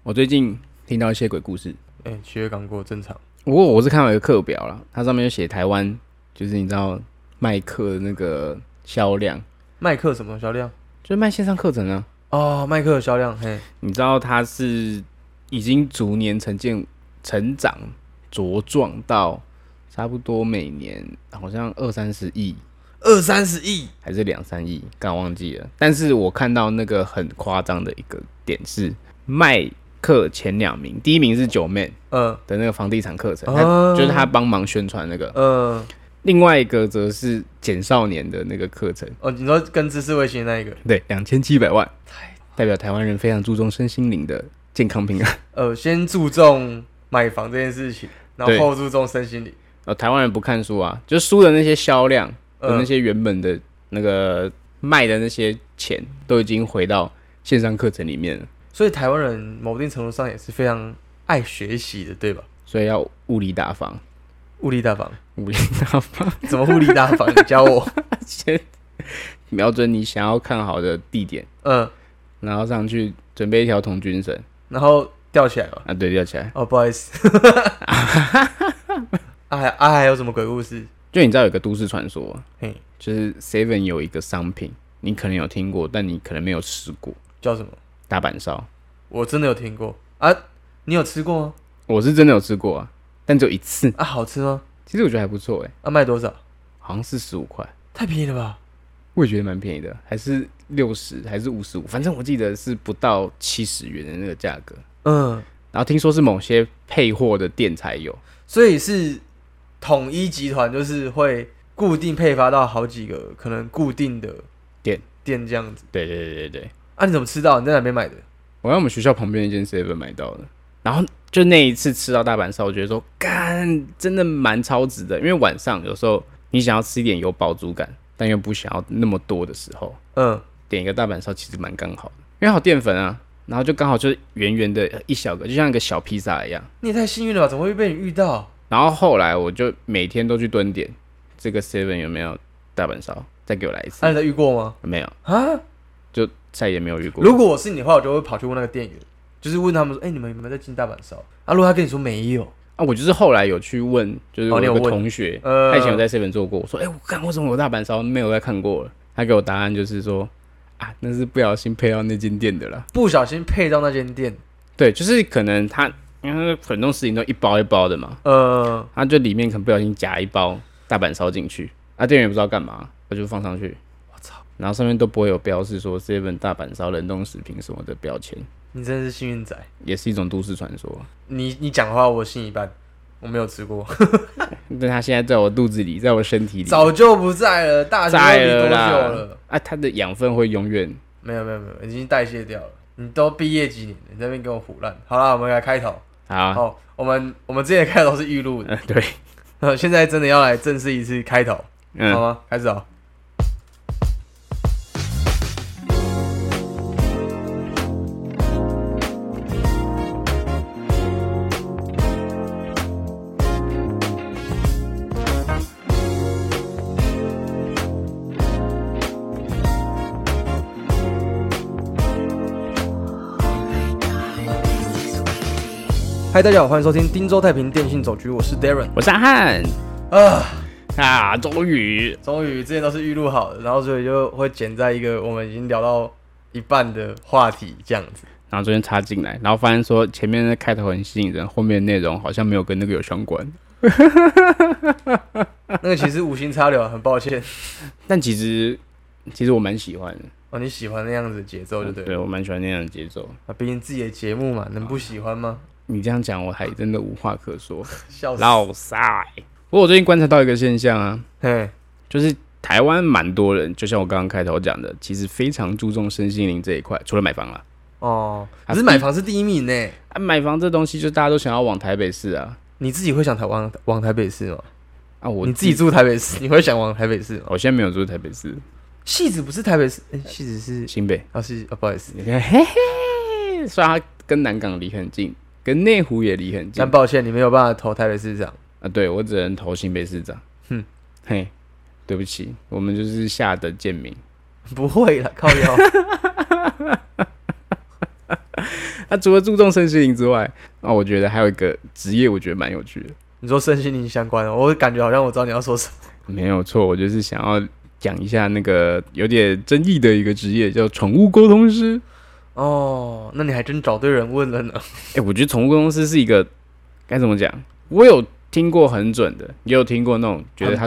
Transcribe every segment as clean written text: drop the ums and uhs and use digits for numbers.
我最近听到一些鬼故事， 7月刚过，正常。 不过我是看到一个课表啦，它上面就写台湾，就是你知道麦克的那个销量， 麦克什么销量？ 就是卖线上课程啊。 哦，麦克的销量，嘿， 你知道它是已经逐年成长茁壮到差不多每年好像20-30亿。 20-30亿还是2-3亿，刚忘记了。但是我看到那个很夸张的一个点是，麦克前2名，第1名是9man 的那个房地产课程，就是他帮忙宣传那个。另外一个则是简少年的那个课程。 哦，你说跟知识卫星的那一个？ 对，2700万，代表台湾人非常注重身心灵的健康平安。 先注重买房这件事情，然后后注重身心灵。 台湾人不看书啊，就书的那些销量。那些原本的那个卖的那些钱都已经回到线上课程里面了， 所以台湾人某定程度上也是非常爱学习的，对吧？ 所以要物理打房， 物理打房， 物理打房， 怎么物理打房？你教我。 先瞄准你想要看好的地点，然后上去准备一条童军绳， 然后吊起来了。 对，吊起来。 哦，不好意思。还有什么鬼故事？ 就你知道有个都市传说，就是 Seven 有一个商品，你可能有听过，但你可能没有吃过， 叫什么？ 大阪烧。我真的有听过啊，你有吃过吗？ 我是真的有吃过啊，但只有一次啊。好吃吗？ 其实我觉得还不错卖多少？ 好像是15块， 太便宜了吧？ 我也觉得蛮便宜的，还是60还是55，反正我记得是不到70元的那个价格。然后听说是某些配货的店才有， 所以是统一集团，就是会固定配发到好几个可能固定的店这样子。 对。 你怎么吃到？你在哪边买的？ 我在我们学校旁边一间 7-Eleven 买到的。然后就那一次吃到大阪烧，我觉得说，干，真的蛮超值的。因为晚上有时候你想要吃一点有饱足感，但又不想要那么多的时候，点一个大阪烧其实蛮刚好的，因为好淀粉啊，然后就刚好就是圆圆的一小个，就像一个小披萨一样。 你也太幸运了吧？怎么会被你遇到？ 然后后来我就每天都去蹲点，这个 7 有没有大阪烧，再给我来一次。 你遇过吗？ 没有啊， 就再也没有遇过。 如果我是你的话，我就会跑去问那个店员，就是问他们说，你们有没有在进大阪烧？如果他跟你说没有， 我就是后来有去问，就是我有个同学，他以前有在 7 做过，我说，我看为什么有大阪烧没有再看过了？他给我答案就是说，那是不小心配到那间店的啦。不小心配到那间店？对，就是可能他。因为冷冻食品都一包一包的嘛，他就里面可能不小心夹一包大阪烧进去，店员也不知道干嘛，他就放上去，我操！然后上面都不会有标示说7大阪烧冷冻食品什么的标签。 你真的是幸运仔， 也是一种都市传说。 你讲的话我信一半，我没有吃过， 但他现在在我肚子里，在我身体里， 早就不在了，大学多久了？ 它的养分会永远没有，已经代谢掉了。你都毕业几年了？你在那边跟我唬烂。好啦，我们来开头。好，我们之前的开头是预录的，对。现在真的要来正式一次开头，好吗？开始哦。嗨，大家好，欢迎收听汀州太平电信走局，我是 Darren， 我是阿汉。终于， 之前都是预录好的，然后所以就会剪在一个我们已经聊到一半的话题这样子， 然后昨天插进来，然后发现说前面的开头很吸引人，后面的内容好像没有跟那个有相关。 那个其实无心插柳，很抱歉。 但其实我蛮喜欢的。 你喜欢那样子的节奏就对了。 对，我蛮喜欢那样的节奏。 毕竟自己的节目嘛，能不喜欢吗？ 你这样讲，我还真的无话可说。 笑死！ 老塞。不过我最近观察到一个现象啊，就是台湾蛮多人，就像我刚刚开头讲的，其实非常注重身心灵这一块，除了买房啦。 可是买房是第1名呢。 买房这东西，就大家都想要往台北市啊。 你自己会想往台北市吗？你自己住台北市，你会想往台北市吗？ 我现在没有住台北市。 汐止不是台北市，汐止是新北。 不好意思。 你看，嘿嘿，虽然它跟南港离很近。跟内湖也离很近， 但抱歉，你没有办法投台北市长对，我只能投新北市长。嘿，对不起，我们就是下等贱民。 不会啦，靠腰。 他除了注重身心灵之外，我觉得还有一个职业，我觉得蛮有趣的。 你说身心灵相关的，我感觉好像我知道你要说什么。 没有错，我就是想要讲一下那个有点争议的一个职业，叫宠物沟通师。 哦，那你还真找对人问了呢。 我觉得宠物沟通师是一个该怎么讲？我有听过很准的，也有听过那种觉得他是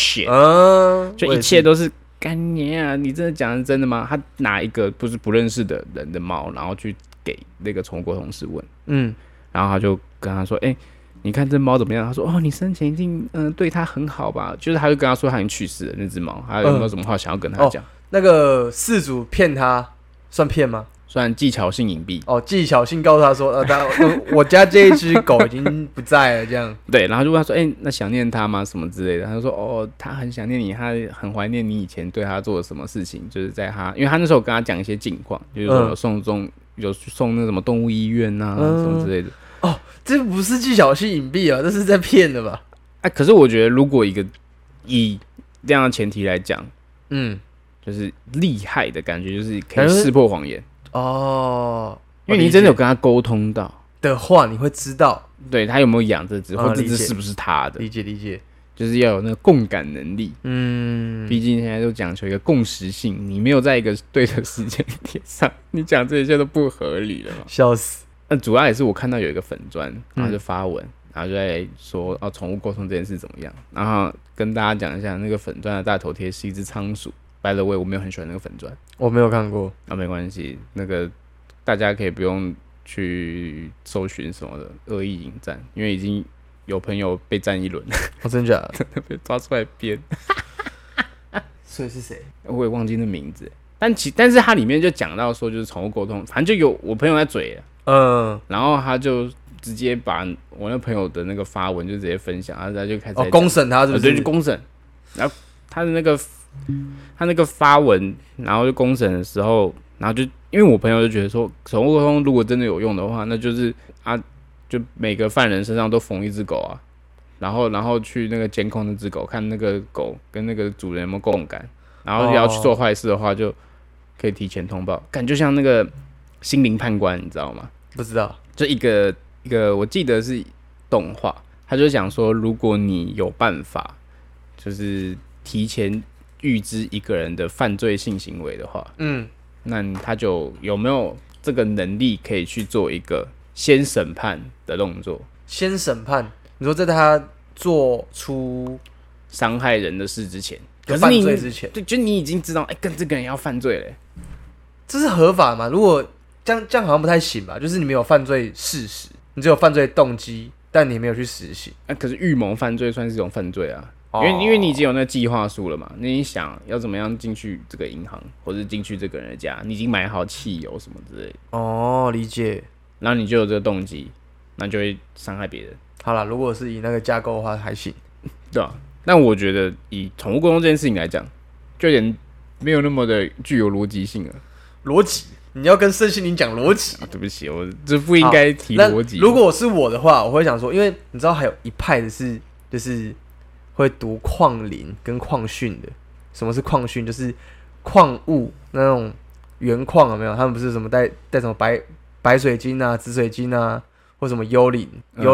bullshit，就一切都是干年啊！你真的讲的是真的吗？他拿一个不认识的人的猫，然后去给那个宠物沟通师问，然后他就跟他说，你看这猫怎么样？他说，哦，你生前一定对它很好吧？就是他就跟他说他已经去世了那只猫，还有没有什么话想要跟他讲？ 那个饲主骗他，算骗吗？ 算技巧性隐蔽技巧性告诉他说，我家这一只狗已经不在了，这样。 对，然后就问他说，那想念他吗？什么之类的？他就说，他很想念你，他很怀念你以前对他做的什么事情，就是在他，因为他那时候跟他讲一些近况，就是说有送那什么动物医院啊，什么之类的。 这不是技巧性隐蔽啊，这是在骗的吧？ 可是我觉得如果以这样的前提来讲，就是厉害的感觉，就是可以识破谎言。因为你真的有跟他沟通到的话，你会知道， 对他有没有养这只，或这只是不是他的。 理解， 就是要有那个共感能力。毕竟现在都讲求一个共识性，你没有在一个对的时间点上，你讲这些都不合理了嘛。 笑死！ 那主要也是我看到有一个粉专，然后就发文，然后就在说宠物沟通这件事怎么样，然后跟大家讲一下那个粉专的大头贴是一只仓鼠。By the way， 我没有很喜欢那个粉专， 我没有看过。 没关系，那个大家可以不用去搜寻什么的恶意引战，因为已经有朋友被战一轮了。 真假的？ 被抓出来编。 所以是谁？ 我也忘记那名字。但是它里面就讲到说，就是宠物沟通，反正就有我朋友在嘴了，然后他就直接把我那朋友的那个发文就直接分享，然后他就开始公审他，是不是？ 对，就公审。然后他那个发文，然后就公审的时候，然后就因为我朋友就觉得说，宠物沟通如果真的有用的话，那就是就每个犯人身上都缝一只狗啊，然后去那个监控那只狗，看那个狗跟那个主人有没有共感，然后要去做坏事的话，就可以提前通报。感觉像那个心灵判官，你知道吗？ 不知道， 就一个我记得是动画，他就讲说，如果你有办法，就是提前预知一个人的犯罪性行为的话，那他就有没有这个能力可以去做一个先审判的动作？ 先审判，你说在他做出伤害人的事之前， 可是犯罪之前， 对，就你已经知道，跟这个人要犯罪了， 这是合法吗？如果这样好像不太行吧？就是你没有犯罪事实，你只有犯罪动机，但你没有去实行。 可是预谋犯罪算是一种犯罪啊。因为你已经有那计划书了嘛，你已经想要怎么样进去这个银行，或者进去这个人的家，你已经买好汽油什么之类的。 理解。 然后你就有这个动机，那就会伤害别人。 好啦，如果是以那个架构的话，还行。 对啊，但我觉得以宠物沟通这件事情来讲，就有点没有那么的具有逻辑性了。 逻辑？你要跟身心灵讲逻辑？ 对不起，我这不应该提逻辑。 如果是我的话，我会想说，因为你知道还有一派的是就是会读矿林跟矿训的。什么是矿训？就是矿物那种原矿有没有？他们不是什么带什么白水晶啊、紫水晶啊，或什么幽灵、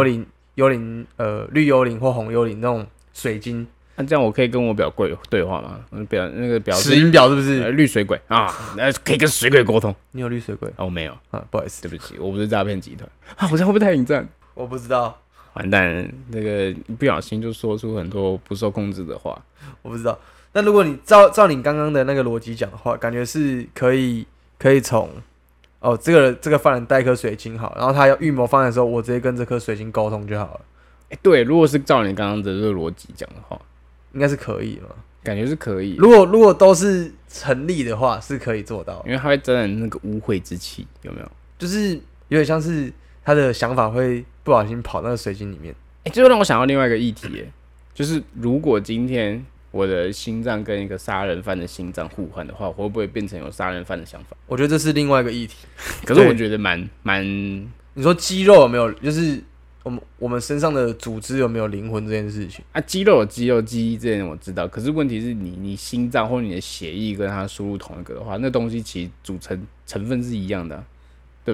绿幽灵或红幽灵那种水晶。 那这样我可以跟我表柜对话吗？那个表石英表是不是？ 绿水鬼啊，可以跟水鬼沟通。 你有绿水鬼？ 我没有不好意思， 对不起，我不是诈骗集团我这样会不会太引战？ 我不知道。 完蛋，那个不小心就说出很多不受控制的话。 我不知道。那如果你照你刚刚的那个逻辑讲的话，感觉是可以从这个犯人带一颗水晶好，然后他要预谋方案的时候，我直接跟这颗水晶沟通就好了。 对，如果是照你刚刚的这个逻辑讲的话， 应该是可以嘛？ 感觉是可以。 如果都是成立的话，是可以做到， 因为他会沾染那个污秽之气，有没有？ 就是有点像是他的想法会不小心跑到那个水晶里面。 这就让我想到另外一个议题，就是如果今天我的心脏跟一个杀人犯的心脏互换的话，会不会变成有杀人犯的想法？ 我觉得这是另外一个议题。 可是我觉得蛮…… 你说肌肉有没有？就是我们身上的组织有没有灵魂这件事情肌肉有肌肉记忆这点我知道，可是问题是你心脏或你的血液跟它输入同一个的话，那东西其实组成成分是一样的对不对？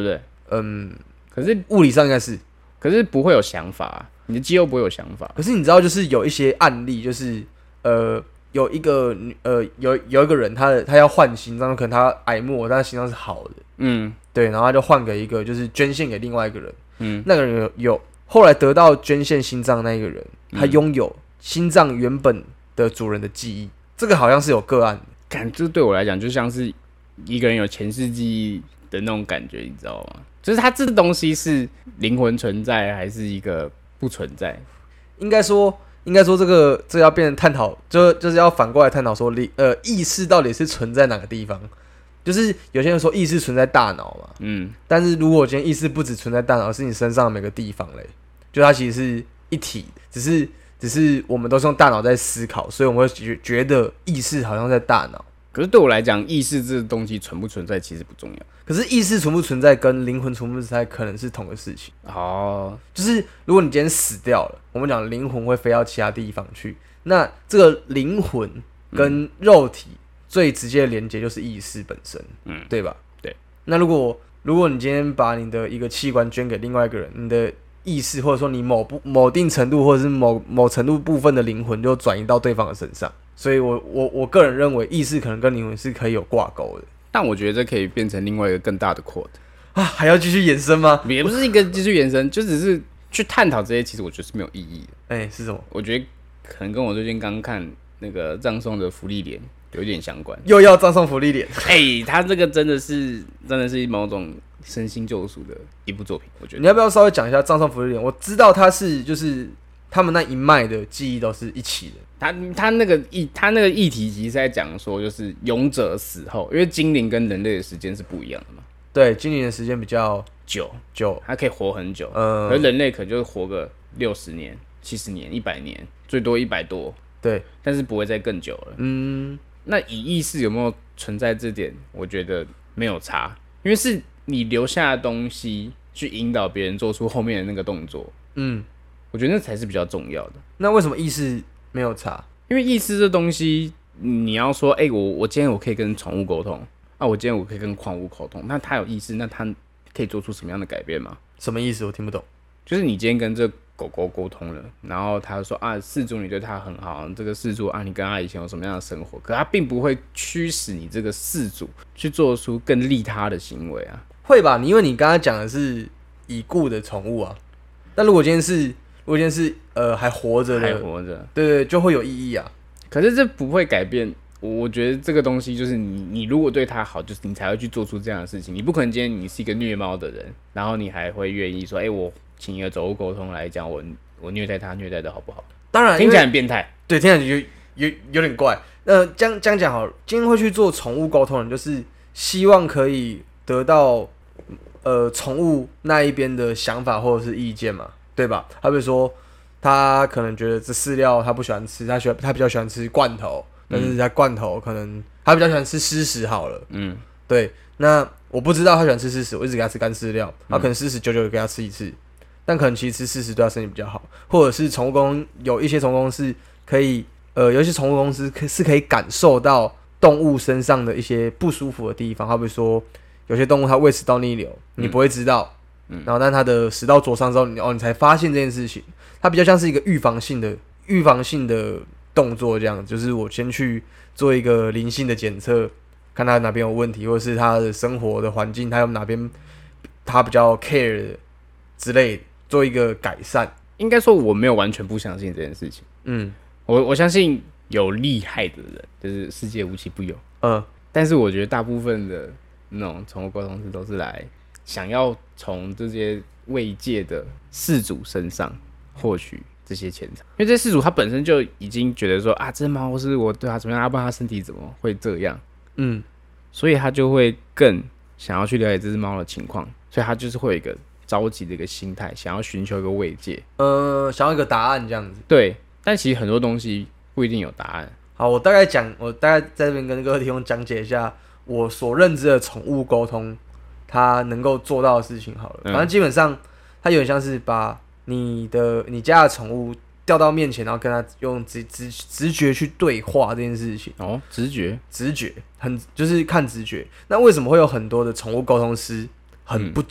可是物理上应该是， 可是不会有想法，你的肌肉不会有想法。 可是你知道，就是有一些案例，就是有一个有一个人他要换心脏，可能他癌末，但他心脏是好的，对，然后他就换给一个，就是捐献给另外一个人，那个人有后来得到捐献心脏那一个人，他拥有心脏原本的主人的记忆，这个好像是有个案的， 这对我来讲就像是一个人有前世记忆的那种感觉，你知道吗？就是他这东西是灵魂存在还是一个不存在？ 应该说这要变成探讨，就是要反过来探讨说，意识到底是存在哪个地方？就是有些人说意识存在大脑嘛，但是如果今天意识不只存在大脑，是你身上的每个地方嘞，就它其实是一体的，只是我们都是用大脑在思考，所以我们会觉得意识好像在大脑。 可是对我来讲，意识这个东西存不存在其实不重要。 可是意识存不存在跟灵魂存不存在可能是同个事情哦。就是如果你今天死掉了，我们讲灵魂会飞到其他地方去，那这个灵魂跟肉体最直接的连接就是意识本身，对吧？ 对。 那如果你今天把你的一个器官捐给另外一个人，你的意识或者说你某定程度或者是某程度部分的灵魂就转移到对方的身上。所以我个人认为，意识可能跟灵魂是可以有挂钩的， 但我觉得这可以变成另外一个更大的 quote 啊，还要继续延伸吗？ 也不是一个继续延伸，就只是去探讨这些，其实我觉得是没有意义的。 是什么？ 我觉得可能跟我最近刚看那个葬送的芙莉莲有一点相关。 又要葬送芙莉莲？ 他这个真的是某种身心救赎的一部作品，我觉得。 你要不要稍微讲一下葬送芙莉莲？我知道他是就是他们那一脉的记忆都是一起的。 他那个议题其实是在讲说，就是勇者死后，因为精灵跟人类的时间是不一样的嘛。 对，精灵的时间比较久， 它可以活很久，可是人类可能就是活个60年、70年、100年，最多100多。 对， 但是不会再更久了。那以意识有没有存在这点，我觉得没有差，因为是你留下的东西去引导别人做出后面的那个动作。我觉得那才是比较重要的。 那为什么意识没有差？ 因为意识这东西，你要说，我今天我可以跟宠物沟通，我今天我可以跟矿物沟通，那它有意识，那它可以做出什么样的改变吗？ 什么意思？我听不懂。 就是你今天跟这狗狗沟通了，然后他说饲主你对它很好，这个饲主你跟他以前有什么样的生活，可他并不会驱使你这个饲主去做出更利他的行为啊。 会吧？因为你刚才讲的是已故的宠物啊，但如果今天是还活着的，对，就会有意义啊。 可是这不会改变，我觉得这个东西就是你如果对它好，就是你才会去做出这样的事情。你不可能今天你是一个虐猫的人，然后你还会愿意说，我请一个宠物沟通来讲我虐待它，虐待的好不好？ 当然， 听起来很变态， 对，听起来有点怪。这样讲好了，今天会去做宠物沟通的人，就是希望可以得到宠物那一边的想法或者是意见嘛。对吧？他比如说，他可能觉得这饲料他不喜欢吃，他比较喜欢吃罐头，但是他罐头可能他比较喜欢吃湿食好了。对。那我不知道他喜欢吃湿食，我一直给他吃干饲料，他可能湿食久久给他吃一次，但可能其实吃湿食对他身体比较好，或者是宠物公有一些宠物公司可以，有一些宠物公司是可以感受到动物身上的一些不舒服的地方，好比说有些动物它胃食道逆流，你不会知道。然后，但它的食道灼伤之后，你才发现这件事情，它比较像是一个预防性的动作，这样就是我先去做一个灵性的检测，看它哪边有问题，或者是它的生活的环境，它有哪边它比较 care 的之类的，做一个改善。 应该说我没有完全不相信这件事情，我相信有厉害的人，就是世界无奇不有，但是我觉得大部分的那种宠物沟通师都是来想要从这些慰藉的饲主身上获取这些钱财，因为这些饲主他本身就已经觉得说这猫是我对它怎么样，不然它身体怎么会这样，所以他就会更想要去了解这只猫的情况，所以他就是会有一个着急的一个心态，想要寻求一个慰藉， 想要一个答案这样子。 对，但其实很多东西不一定有答案。 好，我大概在这边跟各位听众讲解一下我所认知的宠物沟通他能够做到的事情好了。反正基本上他有点像是把你家的宠物调到面前，然后跟他用直觉去对话这件事情。 直觉就是看直觉。那为什么会有很多的宠物沟通师很不准这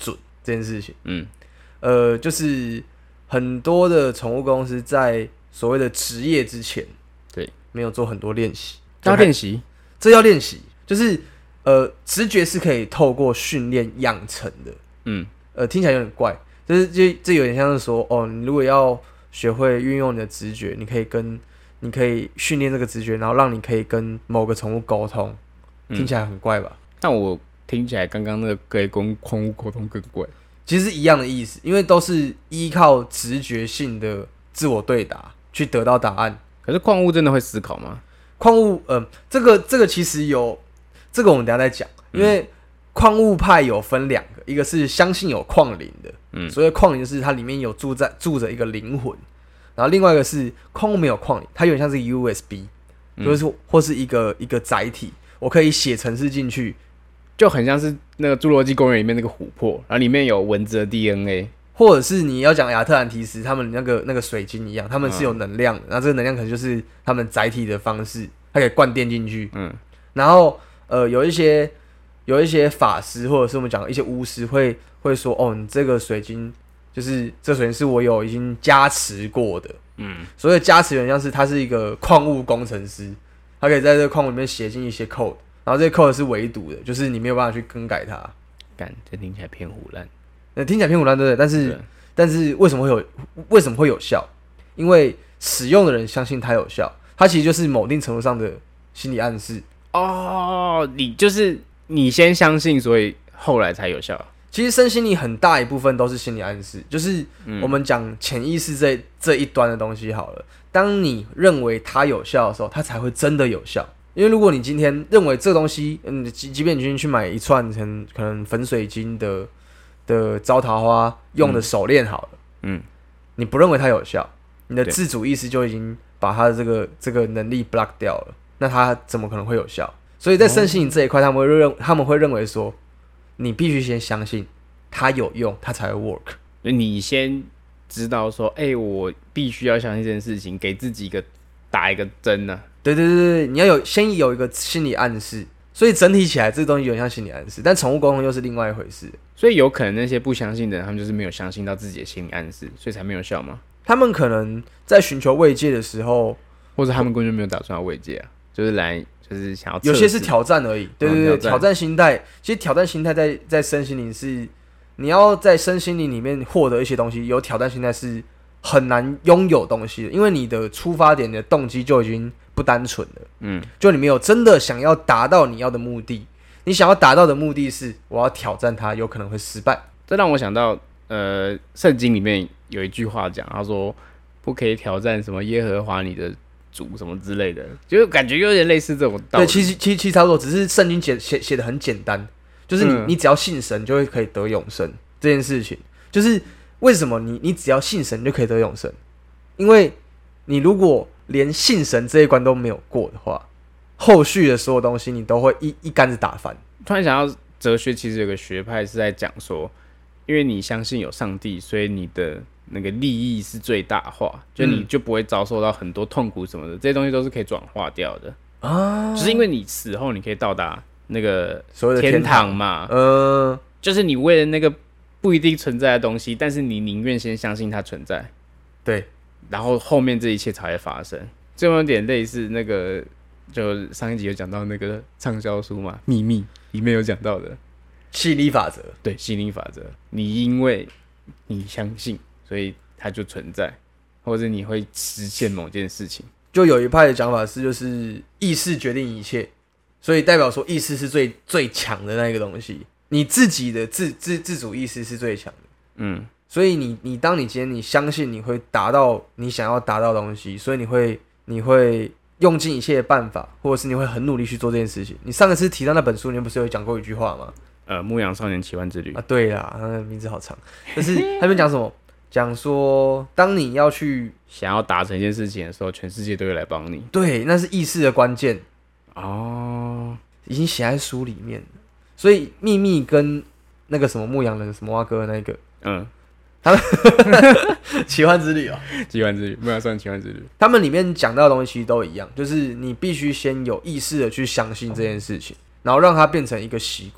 这件事情。就是很多的宠物公司在所谓的职业之前， 对， 没有做很多练习。 要练习， 这要练习，就是直觉是可以透过训练养成的。听起来有点怪，就是这有点像是说，你如果要学会运用你的直觉，你可以训练这个直觉，然后让你可以跟某个宠物沟通。听起来很怪吧？ 但我听起来刚刚那个可以跟宠物沟通更怪。 其实是一样的意思，因为都是依靠直觉性的自我对答去得到答案。 可是矿物真的会思考吗？ 矿物，这个其实有，这个我们等一下再讲。因为矿物派有分两个，一个是相信有矿灵的，所以矿灵就是它里面有住着一个灵魂，然后另外一个是矿物没有矿灵，它有点像是 USB，就是或是一个载体，我可以写程式进去， 就很像是那个侏罗纪公园里面那个琥珀，然后里面有蚊子的 DNA。 或者是你要讲亚特兰提斯，他们那个水晶一样，他们是有能量的，然后这个能量可能就是他们载体的方式，它可以灌电进去。然后有一些法师或者是我们讲一些巫师会说，你这个水晶就是这水晶是我有已经加持过的。所以加持有点像是他是一个矿物工程师，他可以在这个矿物里面写进一些 code， 然后这些 code 是唯独的，就是你没有办法去更改它。 这听起来偏唬烂。 听起来偏唬烂，对不对？但是为什么会有效？因为使用的人相信它有效，它其实就是某定程度上的心理暗示。 你先相信，所以后来才有效。 其实身心灵很大一部分都是心理暗示，就是我们讲潜意识这一端的东西好了。当你认为它有效的时候，它才会真的有效。因为如果你今天认为这个东西，即便你今天去买一串可能粉水晶的招桃花用的手链好了，你不认为它有效，你的自主意识就已经把它的这个能力 block 掉了，那它怎么可能会有效？所以在身心灵这一块，他们会认为说，你必须先相信它有用，它才会 work。 你先知道说，我必须要相信这件事情，给自己打一个针呢。 对，你要先有一个心理暗示。所以整体起来，这个东西有点像心理暗示，但宠物沟通又是另外一回事。 所以有可能那些不相信的人，他们就是没有相信到自己的心理暗示，所以才没有效吗？ 他们可能在寻求慰藉的时候， 或者他们根本就没有打算要慰藉啊，就是想要。 有些是挑战而已。对，挑战心态。其实挑战心态在身心灵是，你要在身心灵里面获得一些东西，有挑战心态是很难拥有东西的，因为你的出发点、你的动机就已经不单纯了。就你没有真的想要达到你要的目的，你想要达到的目的是我要挑战它，有可能会失败。 这让我想到，圣经里面有一句话讲，他说不可以挑战什么耶和华你的主什么之类的，就感觉有点类似这种道理。 对，其实差不多，只是圣经写的很简单，就是你只要信神就会可以得永生这件事情。就是为什么你只要信神就可以得永生？因为你如果连信神这一关都没有过的话，后续的所有东西你都会一竿子打翻。 突然想到哲学其实有个学派是在讲说，因为你相信有上帝，所以你的那个利益是最大化，就你就不会遭受到很多痛苦什么的，这些东西都是可以转化掉的啊。就是因为你死后你可以到达那个天堂嘛，就是你为了那个不一定存在的东西，但是你宁愿先相信它存在， 对， 然后后面这一切才会发生。这有点类似那个，就上一集有讲到那个畅销书嘛，《秘密》里面有讲到的吸引力法则。 对，吸引力法则，你因为你相信，所以它就存在，或者你会实现某件事情。 就有一派的讲法是，就是意识决定一切，所以代表说意识是最强的那个东西，你自己的自主意识是最强的。所以你当你今天你相信你会达到你想要达到的东西，所以你会用尽一切的办法，或者是你会很努力去做这件事情。你上一次提到那本书里面不是有讲过一句话吗？ 牧羊少年奇幻之旅啊，对啦，那个名字好长，就是他们讲什么？讲说，当你要去想要达成一件事情的时候，全世界都会来帮你。 对，那是意识的关键哦， 已经写在书里面了。所以秘密跟那个什么牧羊人什么蛙哥那个，他们奇幻之旅哦， 奇幻之旅，牧羊少年奇幻之旅， 他们里面讲到的东西都一样，就是你必须先有意识的去相信这件事情，然后让它变成一个习惯。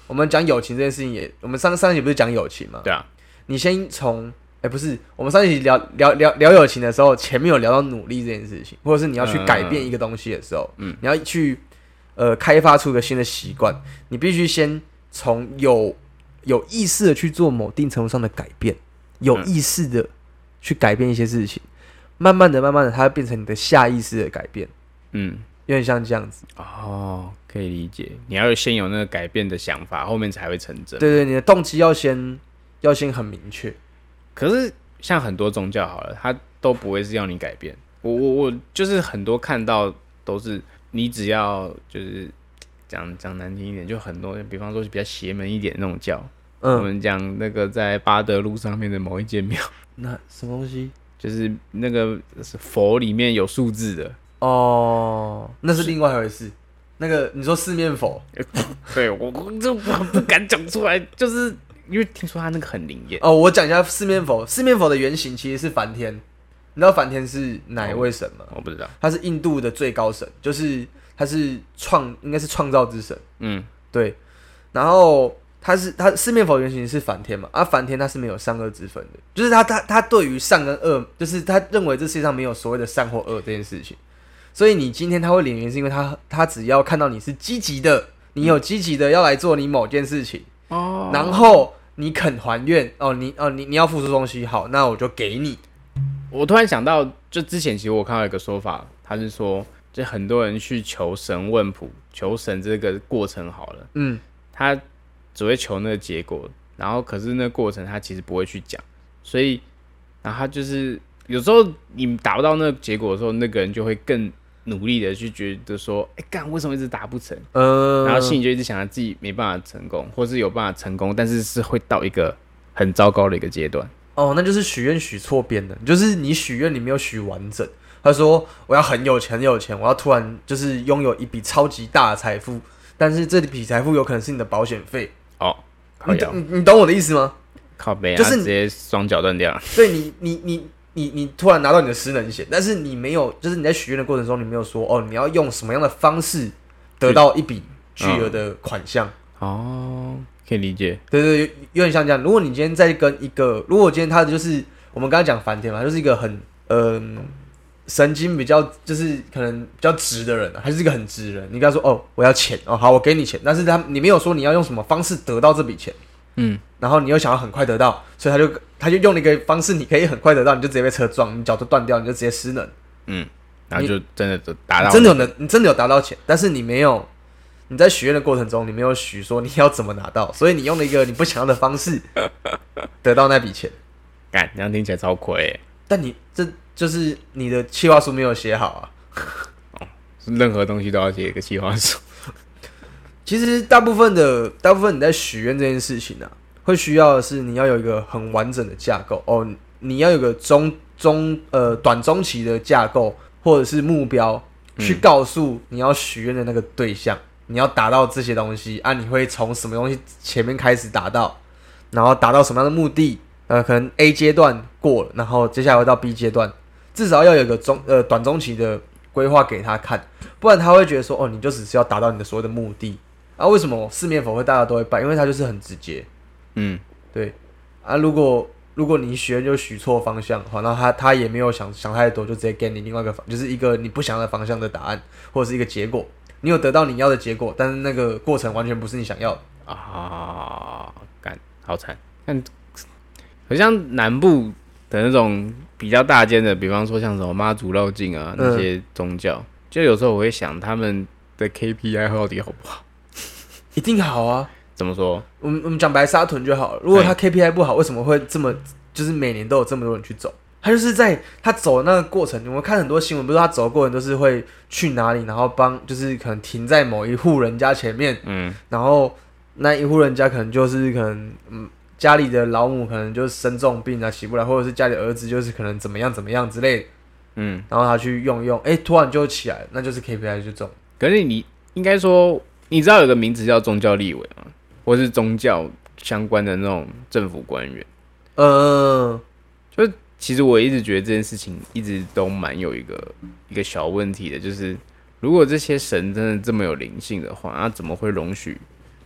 我们讲友情这件事情我们上一集不是讲友情吗？ 对啊， 你先从不是，我们上一集聊友情的时候，前面有聊到努力这件事情，或者是你要去改变一个东西的时候，你要去开发出一个新的习惯，你必须先从有意识的去做某定程度上的改变，有意识的去改变一些事情，慢慢的，它会变成你的下意识的改变，有点像这样子。 哦，可以理解，你要先有那个改变的想法，后面才会成真。 对，你的动机要先很明确。 可是像很多宗教好了，它都不会是要你改变。我就是很多看到都是你只要就是讲难听一点，就很多，比方说比较邪门一点的那种教，我们讲那个在巴德路上面的某一间庙， 那什么东西？ 就是那个佛里面有数字的哦，那是另外一回事。那个你说四面佛， 对我就不敢讲出来，就是因为听说他那个很灵验。 哦，我讲一下四面佛。四面佛的原型其实是梵天，你知道梵天是哪一位神吗？ 我不知道。 他是印度的最高神，就是他是应该是创造之神。对。然后他四面佛的原型是梵天嘛？梵天他是没有善恶之分的，就是他对于善跟恶，就是他认为这世界上没有所谓的善或恶这件事情。所以你今天他会灵验，是因为他只要看到你是积极的，你有积极的要来做你某件事情，然后你肯还愿，你要付出东西，好，那我就给你。 我突然想到，就之前其实我看到一个说法，他是说，就很多人去求神问卜，求神这个过程好了，他只会求那个结果，然后可是那个过程他其实不会去讲，所以，然后他就是有时候你达不到那个结果的时候，那个人就会更努力的去觉得说，干为什么一直达不成？然后心里就一直想着自己没办法成功，或是有办法成功，但是会到一个很糟糕的一个阶段。 那就是许愿许错边的，就是你许愿你没有许完整。他说我要很有钱，我要突然就是拥有一笔超级大的财富，但是这笔财富有可能是你的保险费。你懂我的意思吗？ 靠北就是直接双脚断掉。 对你突然拿到你的失能险，但是你没有，就是你在许愿的过程中，你没有说你要用什么样的方式得到一笔巨额的款项。 可以理解。 对，有点像这样。如果你今天在跟一个，如果今天他就是我们刚才讲梵天嘛，就是一个很神经比较就是可能比较直的人，还是一个很直的人，你跟他说我要钱好，我给你钱，但是你没有说你要用什么方式得到这笔钱。然后你又想要很快得到，所以他就用了一个方式，你可以很快得到，你就直接被车撞，你脚就断掉，你就直接失能。 然后就真的达到， 你真的有达到钱，但是你没有，你在许愿的过程中，你没有许说你要怎么拿到，所以你用了一个你不想要的方式得到那笔钱。 干，这样听起来超亏。 但你这就是你的企划书没有写好啊。 任何东西都要写一个企划书。 其实大部分你在许愿这件事情啊，会需要的是你要有一个很完整的架构你要有个短中期的架构或者是目标，去告诉你要许愿的那个对象，你要达到这些东西你会从什么东西前面开始达到，然后达到什么样的目的，可能 A 阶段过了，然后接下来会到 B 阶段，至少要有一个短中期的规划给他看，不然他会觉得说你就只是要达到你的所有的目的。为什么四面佛大家都会拜？因为它就是很直接。对。如果你许愿就许错方向的话，那他也没有想太多，就直接给你另外一个就是一个你不想要的方向的答案，或者是一个结果。你有得到你要的结果，但是那个过程完全不是你想要的。 干，好惨。但好像南部的那种比较大间的，比方说像什么妈祖绕境啊那些宗教，就有时候我会想他们的 KPI 到底好不好？ 一定好啊！ 怎么说？ 我们讲白沙屯就好了。如果他 KPI 不好，为什么会这么就是每年都有这么多人去走？他就是在他走的那个过程，我们看很多新闻，不是他走的过程都是会去哪里，然后就是可能停在某一户人家前面，然后那一户人家可能就是可能家里的老母可能就是生重病啊起不来，或者是家里的儿子就是可能怎么样之类的，然后他去用，突然就起来了，那就是 KPI 就中。 可是你应该说。你知道有个名字叫宗教立委吗？或是宗教相关的那种政府官员？就其实我一直觉得这件事情一直都蛮有一个小问题的，就是如果这些神真的这么有灵性的话，那怎么会容许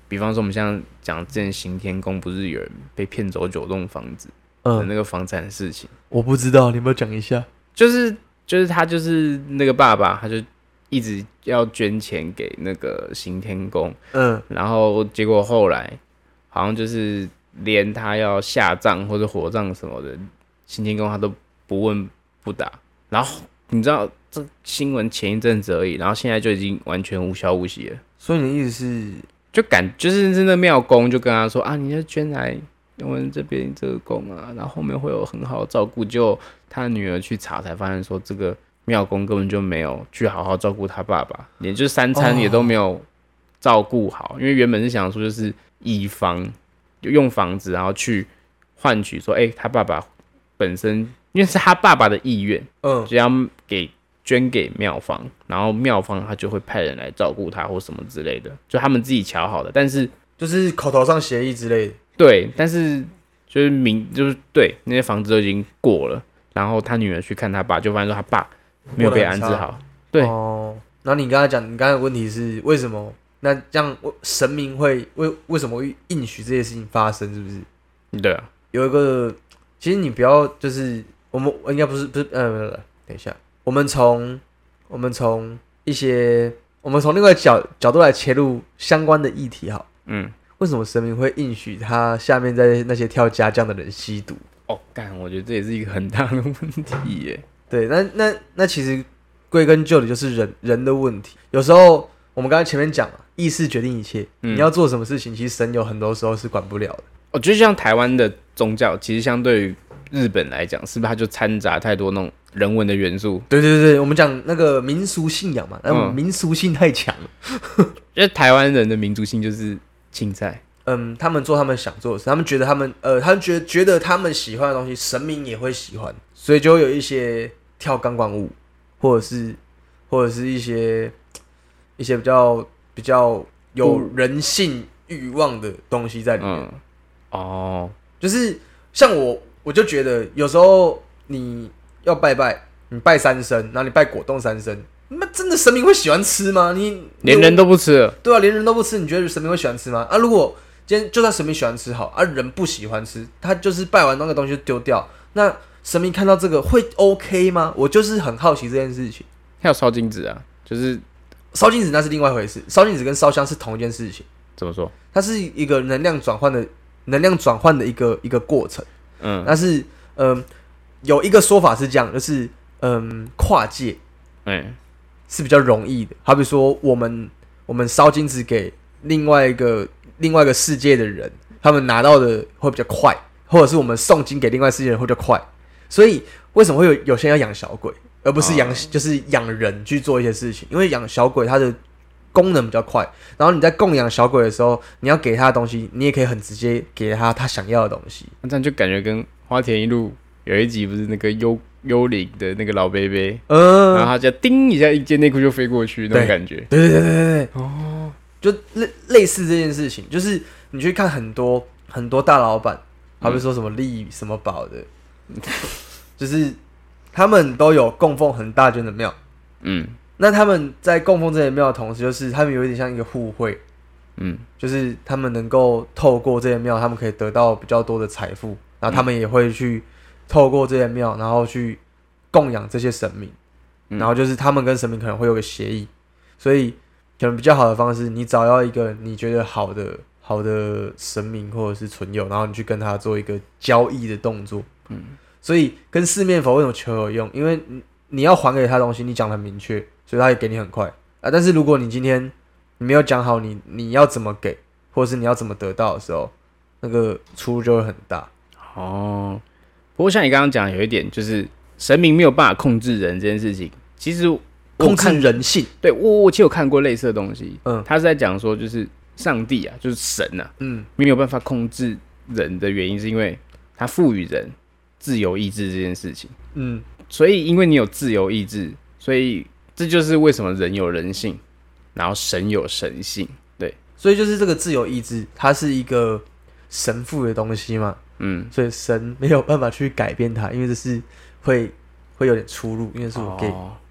比方说我们像讲之前行天宫不是有人被骗走9栋房子的那个房产的事情， 我不知道，你有没有讲一下？ 就是他就是那个爸爸，他就一直要捐钱给那个行天宫，然后结果后来好像就是连他要下葬或者火葬什么的，行天宫他都不问不答，然后你知道这新闻前一阵子而已，然后现在就已经完全无消无息了。 所以你的意思是， 就是那庙公就跟他说啊，你要捐来我们这边这个宫啊，然后后面会有很好的照顾。就他女儿去查才发现说，这个庙公根本就没有去好好照顾他爸爸，连就是3餐也都没有照顾好。因为原本是想说就是以房用房子，然后去换取说，他爸爸本身因为是他爸爸的意愿，就要捐给庙方，然后庙方他就会派人来照顾他或什么之类的，就他们自己瞧好的，但是就是口头上协议之类的。 对，但是就是对那些房子都已经过了，然后他女儿去看他爸，就发现说他爸没有被安置好。对哦，然后你刚才讲，你刚才的问题是为什么？那这样神明会为什么会应许这些事情发生？是不是？ 对啊， 有一个，其实你不要就是我们应该不是等一下。我们从另外角度来切入相关的议题好，为什么神明会应许他下面在那些跳家将的人吸毒？ 我觉得这也是一个很大的问题耶。 对，那其实归根究底就是人的问题。有时候我们刚才前面讲了，意识决定一切，你要做什么事情，其实神有很多时候是管不了的。 我觉得像台湾的宗教，其实相对于日本来讲，是不是它就掺杂太多那种人文的元素？ 对，我们讲那个民俗信仰嘛，民俗性太强了。 因为台湾人的民族性就是青菜。 他们做他们想做的事，他们觉得他们觉得他们喜欢的东西，神明也会喜欢，所以就有一些跳钢管舞，或者是一些比较有人性欲望的东西在里面。就是像我就觉得有时候你要拜拜，你拜3牲，然后你拜果冻3牲，那真的神明会喜欢吃吗？你连人都不吃了？ 对啊，连人都不吃，你觉得神明会喜欢吃吗？如果今天就算神明喜欢吃好，人不喜欢吃，他就是拜完那个东西就丢掉，那神明看到这个会 OK 吗？我就是很好奇这件事情。 还有烧金纸啊，就是烧金纸那是另外一回事，烧金纸跟烧香是同一件事情。 怎么说？ 它是一个能量转换的一个过程。但是有一个说法是这样，就是跨界，是比较容易的。好比说我们烧金纸给另外一个世界的人，他们拿到的会比较快，或者是我们诵经给另外世界的人会比较快。所以为什么会有些人要养小鬼，而不是就是养人去做一些事情？因为养小鬼它的功能比较快，然后你在供养小鬼的时候，你要给他的东西，你也可以很直接给他想要的东西。 那这样就感觉跟花田一路有一集不是那个幽灵的那个老贝贝，然后他就叮一下，一件内裤就飞过去那种感觉。 对，就类似这件事情，就是你去看很多大老板，好比说什么利什么宝的，就是他们都有供奉很大间的庙，那他们在供奉这些庙的同时，就是他们有一点像一个互惠，就是他们能够透过这些庙，他们可以得到比较多的财富，然后他们也会去透过这些庙，然后去供养这些神明，然后就是他们跟神明可能会有个协议，所以可能比较好的方式，你找到一个你觉得好的神明或者是存有，然后你去跟他做一个交易的动作，所以跟四面佛为什么求有用？因为你要还给他东西，你讲得很明确，所以他也给你很快啊。但是如果你今天你没有讲好你要怎么给，或者是你要怎么得到的时候，那个出入就会很大。 不过像你刚刚讲有一点，就是神明没有办法控制人这件事情，其实控制人性。 对，我其实有看过类似的东西，他是在讲说，就是上帝啊，就是神啊，没有办法控制人的原因，是因为他赋予人自由意志这件事情。所以因为你有自由意志，所以这就是为什么人有人性，然后神有神性。对， 所以就是这个自由意志，它是一个神赋的东西嘛。所以神没有办法去改变它，因为这是会有点出入，因为是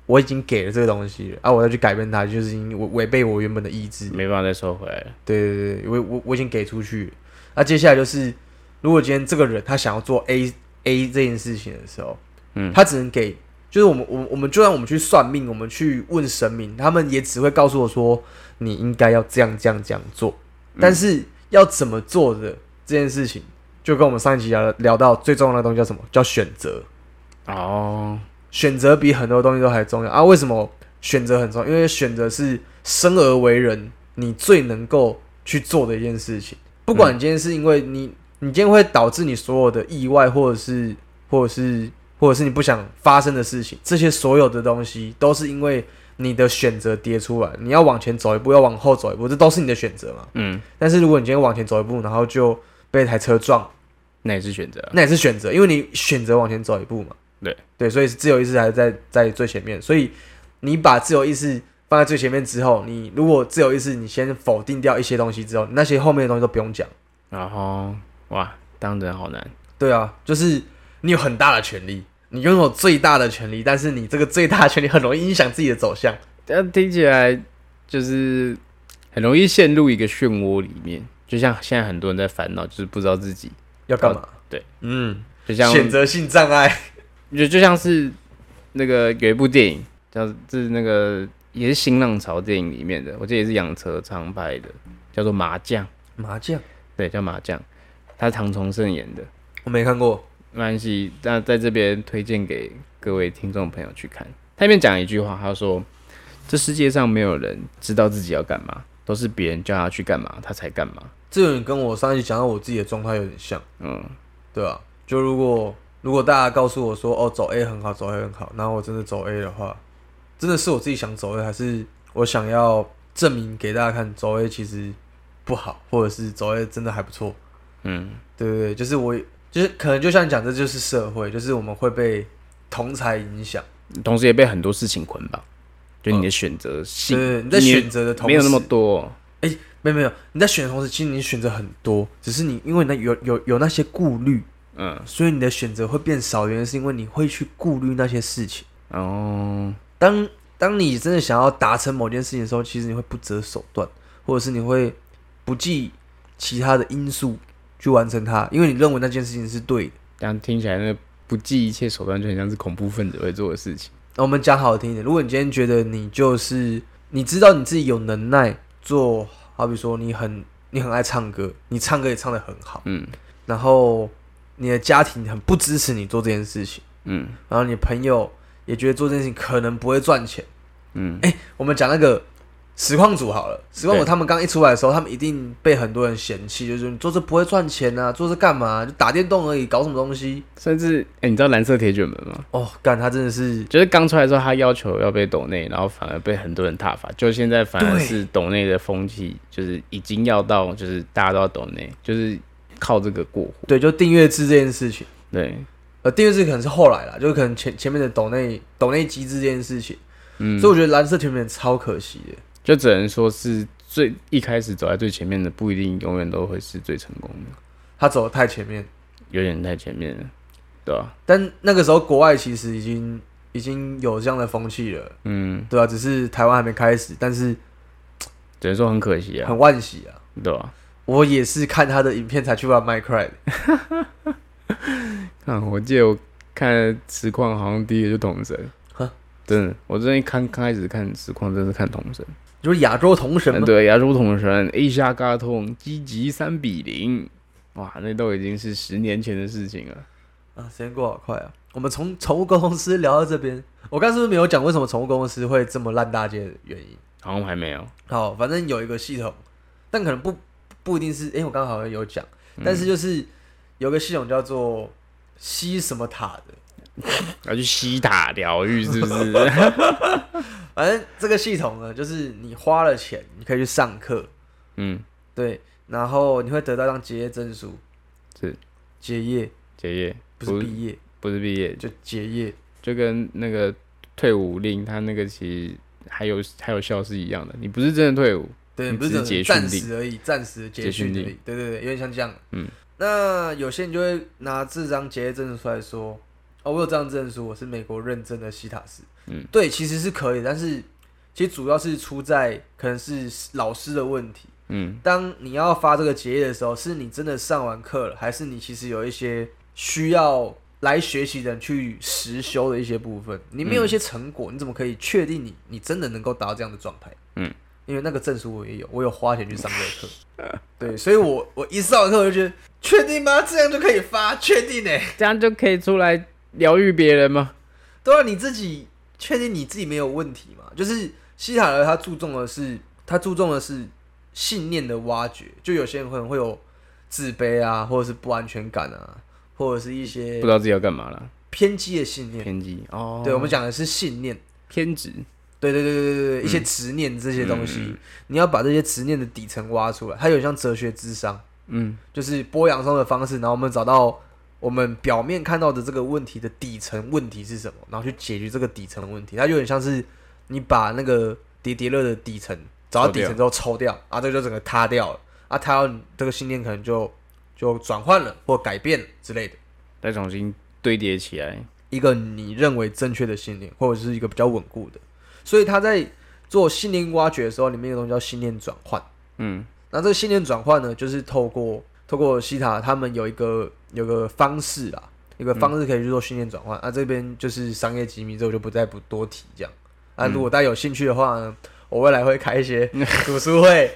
我已经给了这个东西了我再去改变它，就是因为违背我原本的意志， 没办法再收回来了。 对，我已经给出去了。那接下来就是，如果今天这个人他想要做 A 这件事情的时候，他只能给，就是我们就算我们去算命，我们去问神明，他们也只会告诉我说，你应该要这样做。但是要怎么做的这件事情，就跟我们上一集聊到最重要的东西叫什么？叫选择。选择比很多东西都还重要为什么选择很重要？因为选择是生而为人你最能够去做的一件事情。不管你今天是因为你今天会导致你所有的意外，或者是你不想发生的事情，这些所有的东西都是因为你的选择叠出来。你要往前走一步，要往后走一步，这都是你的选择嘛。但是如果你今天往前走一步，然后就被一台车撞， 那也是选择， 因为你选择往前走一步嘛。对，所以自由意识还是在最前面。所以你把自由意识放在最前面之后，你如果自由意识你先否定掉一些东西之后，那些后面的东西都不用讲。 然后哇，当人好难。 对啊，就是你有很大的权利，你拥有最大的权利，但是你这个最大的权利很容易影响自己的走向。 但听起来就是很容易陷入一个漩涡里面，就像现在很多人在烦恼，就是不知道自己要干嘛。 对， 就像选择性障碍。 就像是那个有一部电影就是那个也是新浪潮电影里面的，我记得也是杨德昌拍的，叫做麻将。对，叫麻将，他是唐从圣演的。 我没看过， 没关系。那在这边推荐给各位听众朋友去看。他里面讲一句话，他说：“这世界上没有人知道自己要干嘛，都是别人叫他去干嘛，他才干嘛。” 这有点跟我上一集讲到我自己的状态有点像。对啊，就如果大家告诉我说走 A 很好，走 A 很好，然后我真的走 A 的话，真的是我自己想走 A， 还是我想要证明给大家看走 A 其实不好，或者是走 A 真的还不错？对，就是可能就像你讲，这就是社会，就是我们会被同侪影响， 同时也被很多事情捆绑。就你的选择性， 对，你在选择的同时没有那么多。 没有，你在选的同时，其实你选择很多，只是你因为有那些顾虑。所以你的选择会变少，原因是因为你会去顾虑那些事情。当你真的想要达成某件事情的时候，其实你会不择手段，或者是你会不计其他的因素去完成它，因为你认为那件事情是对的。 这样听起来，那个不计一切手段就很像是恐怖分子会做的事情。 我们讲好听一点，如果你今天觉得你知道你自己有能耐做，好比说你很爱唱歌，你唱歌也唱得很好，然后你的家庭很不支持你做这件事情，然后你朋友也觉得做这件事情可能不会赚钱，我们讲那个实况组好了，实况组他们刚一出来的时候，他们一定被很多人嫌弃，就是说你做这不会赚钱啊，做这干嘛？就打电动而已，搞什么东西？ 甚至你知道蓝色铁卷门吗？ 他真的是， 就是刚出来的时候，他要求要被抖内，然后反而被很多人挞伐，就现在反而是抖内的风气，就是已经要到就是大家都要抖内，就是靠这个过火。 对，就订阅制这件事情。 对， 订阅制可能是后来啦，就是可能前面的抖内机制这件事情。所以我觉得蓝色铁卷门超可惜的。 就只能说是一开始走在最前面的，不一定永远都会是最成功的。 他走得太前面， 有点太前面了，对吧？ 但那个时候国外其实已经有这样的风气了，对吧？只是台湾还没开始，但是只能说很可惜啊， 很惋惜啊， 对吧？ 我也是看他的影片才去玩 Minecraft。 我记得我看实况好像第一个就统神，真的，我最近刚开始看实况，真的是看统神。 就是亚洲统神吗？ 对，亚洲统神 A 下嘎通积极3-0，哇，那都已经是10年前的事情了。 时间过好快啊！我们从宠物沟通师聊到这边，我刚是不是没有讲为什么宠物沟通师会这么烂大街的原因？ 好像还没有。 好，反正有一个系统，但可能不一定是，我刚好像有讲，但是就是有个系统叫做吸什么塔的， 要去吸塔疗愈是不是？ 反正这个系统呢，就是你花了钱，你可以去上课，对，然后你会得到一张结业证书， 是结业，不是毕业， 不是毕业， 就结业， 就跟那个退伍令，他那个其实还有效是一样的，你不是真的退伍， 对，不是真的暂时而已，暂时的结训而已，对，有点像这样，那有些人就会拿这张结业证书出来说， 哦，我有这样证书，我是美国认证的西塔士。对，其实是可以，但是其实主要是出在可能是老师的问题。当你要发这个结业的时候，是你真的上完课了，还是你其实有一些需要来学习的人去实修的一些部分？你没有一些成果，你怎么可以确定你真的能够达到这样的状态？因为那个证书我也有，我有花钱去上这个课。对，所以我一上完课我就觉得，确定吗？这样就可以发？确定欸？ 这样就可以出来疗愈别人吗？ 对啊，你自己确定你自己没有问题吗？就是希塔勒他注重的是信念的挖掘，就有些人可能会有自卑啊，或者是不安全感啊，或者是一些不知道自己要干嘛了， 偏激的信念。 偏激哦， 对，我们讲的是信念， 偏执。 对，一些执念这些东西，你要把这些执念的底层挖出来，它有点像哲学諮商，就是剥洋葱的方式，然后我们找到我们表面看到的这个问题的底层问题是什么，然后去解决这个底层的问题。它就有点像是你把那个叠叠乐的底层找到底层之后抽掉，啊，这个就整个塌掉了，啊，塌掉这个信念可能就转换了或改变了之类的， 再重新堆叠起来一个你认为正确的信念，或者是一个比较稳固的。所以他在做信念挖掘的时候，里面有东西叫信念转换。那这个信念转换呢，就是透过西塔他们有个方式啦，一个方式可以去做信念转换。这边就是商业机密，这我就不多提这样。如果大家有兴趣的话呢，我未来会开一些读书会，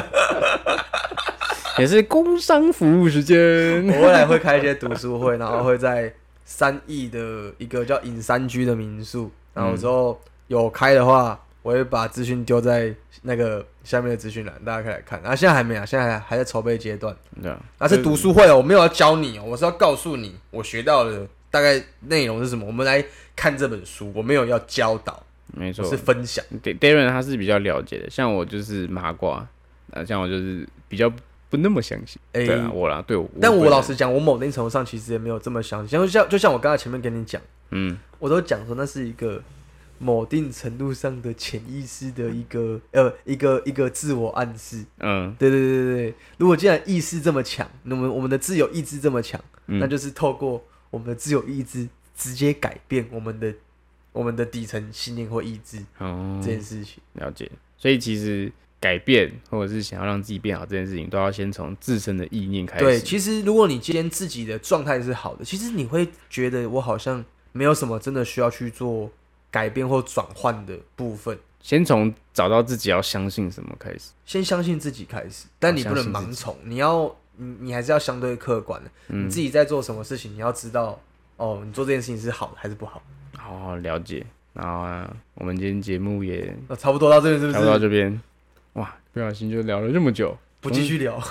也是工商服务时间。 我未来会开一些读书会，然后会在3亿的一个叫隐山居的民宿，然后之后有开的话，我会把资讯丢在那个下面的资讯栏，大家可以来看。现在还没啊，现在还在筹备阶段。对啊，是读书会哦，我没有要教你哦，我是要告诉你我学到的大概内容是什么。我们来看这本书，我没有要教导， 没错， 是分享。 Darren 他是比较了解的，像我就是麻瓜，像我就是比较不那么详细。对啊，我啦，对我。 但我老实讲，我某定程度上其实也没有这么详细。就像我刚才前面跟你讲，我都讲说那是一个某定程度上的潜意识的一个自我暗示。对。如果既然意识这么强，我们的自由意志这么强，那就是透过我们的自由意志直接改变我们的底层信念或意志这件事情。 了解。所以其实改变或者是想要让自己变好这件事情，都要先从自身的意念开始。 对，其实如果你今天自己的状态是好的，其实你会觉得我好像没有什么真的需要去做改变或转换的部分。 先从找到自己要相信什么开始， 先相信自己开始，但你不能盲从，你还是要相对客观的。你自己在做什么事情，你要知道哦，你做这件事情是好的还是不好。 了解。然后我们今天节目也差不多到这边，是不是？ 差不多到这边。哇，不小心就聊了这么久， 不继续聊。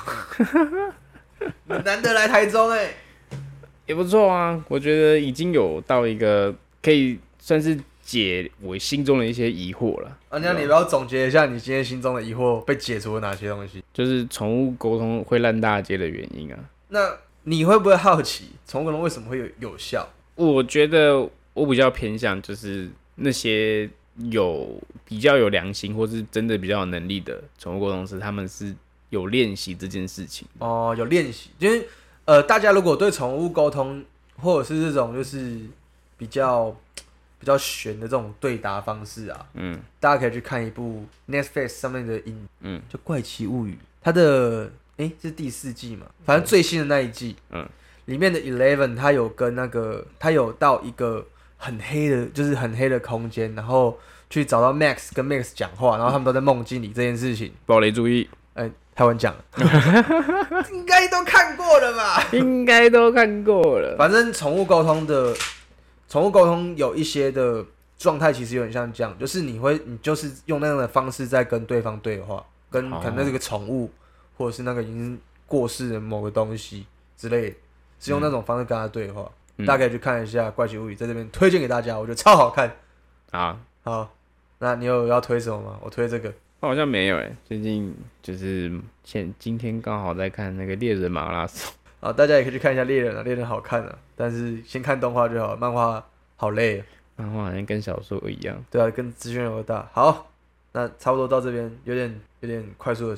难得来台中也不错啊。我觉得已经有到一个可以算是解我心中的一些疑惑了。 那你不要总结一下你今天心中的疑惑被解除了哪些东西？ 就是宠物沟通会烂大街的原因啊。 那你会不会好奇宠物沟通为什么会有效？ 我觉得我比较偏向就是那些比较有良心或是真的比较有能力的宠物沟通师，他们是有练习这件事情。 有练习，因为大家如果对宠物沟通或者是这种就是比较悬的这种对答方式啊，大家可以去看一部 Netflix 上面的就《怪奇物语》，它的是第4季嘛，反正最新的那一季，里面的 Eleven 他有到一个很黑的空间，然后去找到 Max 跟 Max 讲话，然后他们都在梦境里这件事情。 暴雷注意， 台湾讲了，应该都看过了吧？ 应该都看过了。 反正宠物沟通有一些的状态，其实有点像这样，就是你就是用那样的方式在跟对方对话，跟可能那是个宠物，或者是那个已经过世的某个东西之类的，是用那种方式跟他对话。大家可以去看一下《怪奇物语》，在这边推荐给大家，我觉得超好看。好，那你有要推什么吗？我推这个。 好像没有最近就是今天刚好在看那个猎人马拉松。 大家也可以去看一下猎人猎人好看但是先看动画就好，漫画好累。 漫画好像跟小说一样。 对啊，跟资讯量大。好，那差不多到这边，有点快速的收尾。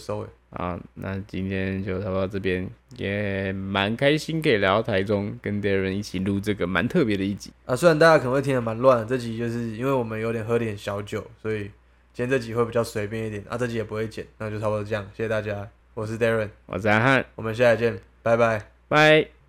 好，那今天就差不多到这边，也蛮开心可以来到台中，跟 Darren 一起录这个蛮特别的一集啊。虽然大家可能会听得蛮乱的，这集就是因为我们有点喝点小酒，所以今天这集会比较随便一点啊。这集也不会剪，那就差不多这样，谢谢大家。我是 Darren， 我是阿汉， 我们下次见，拜拜， 拜。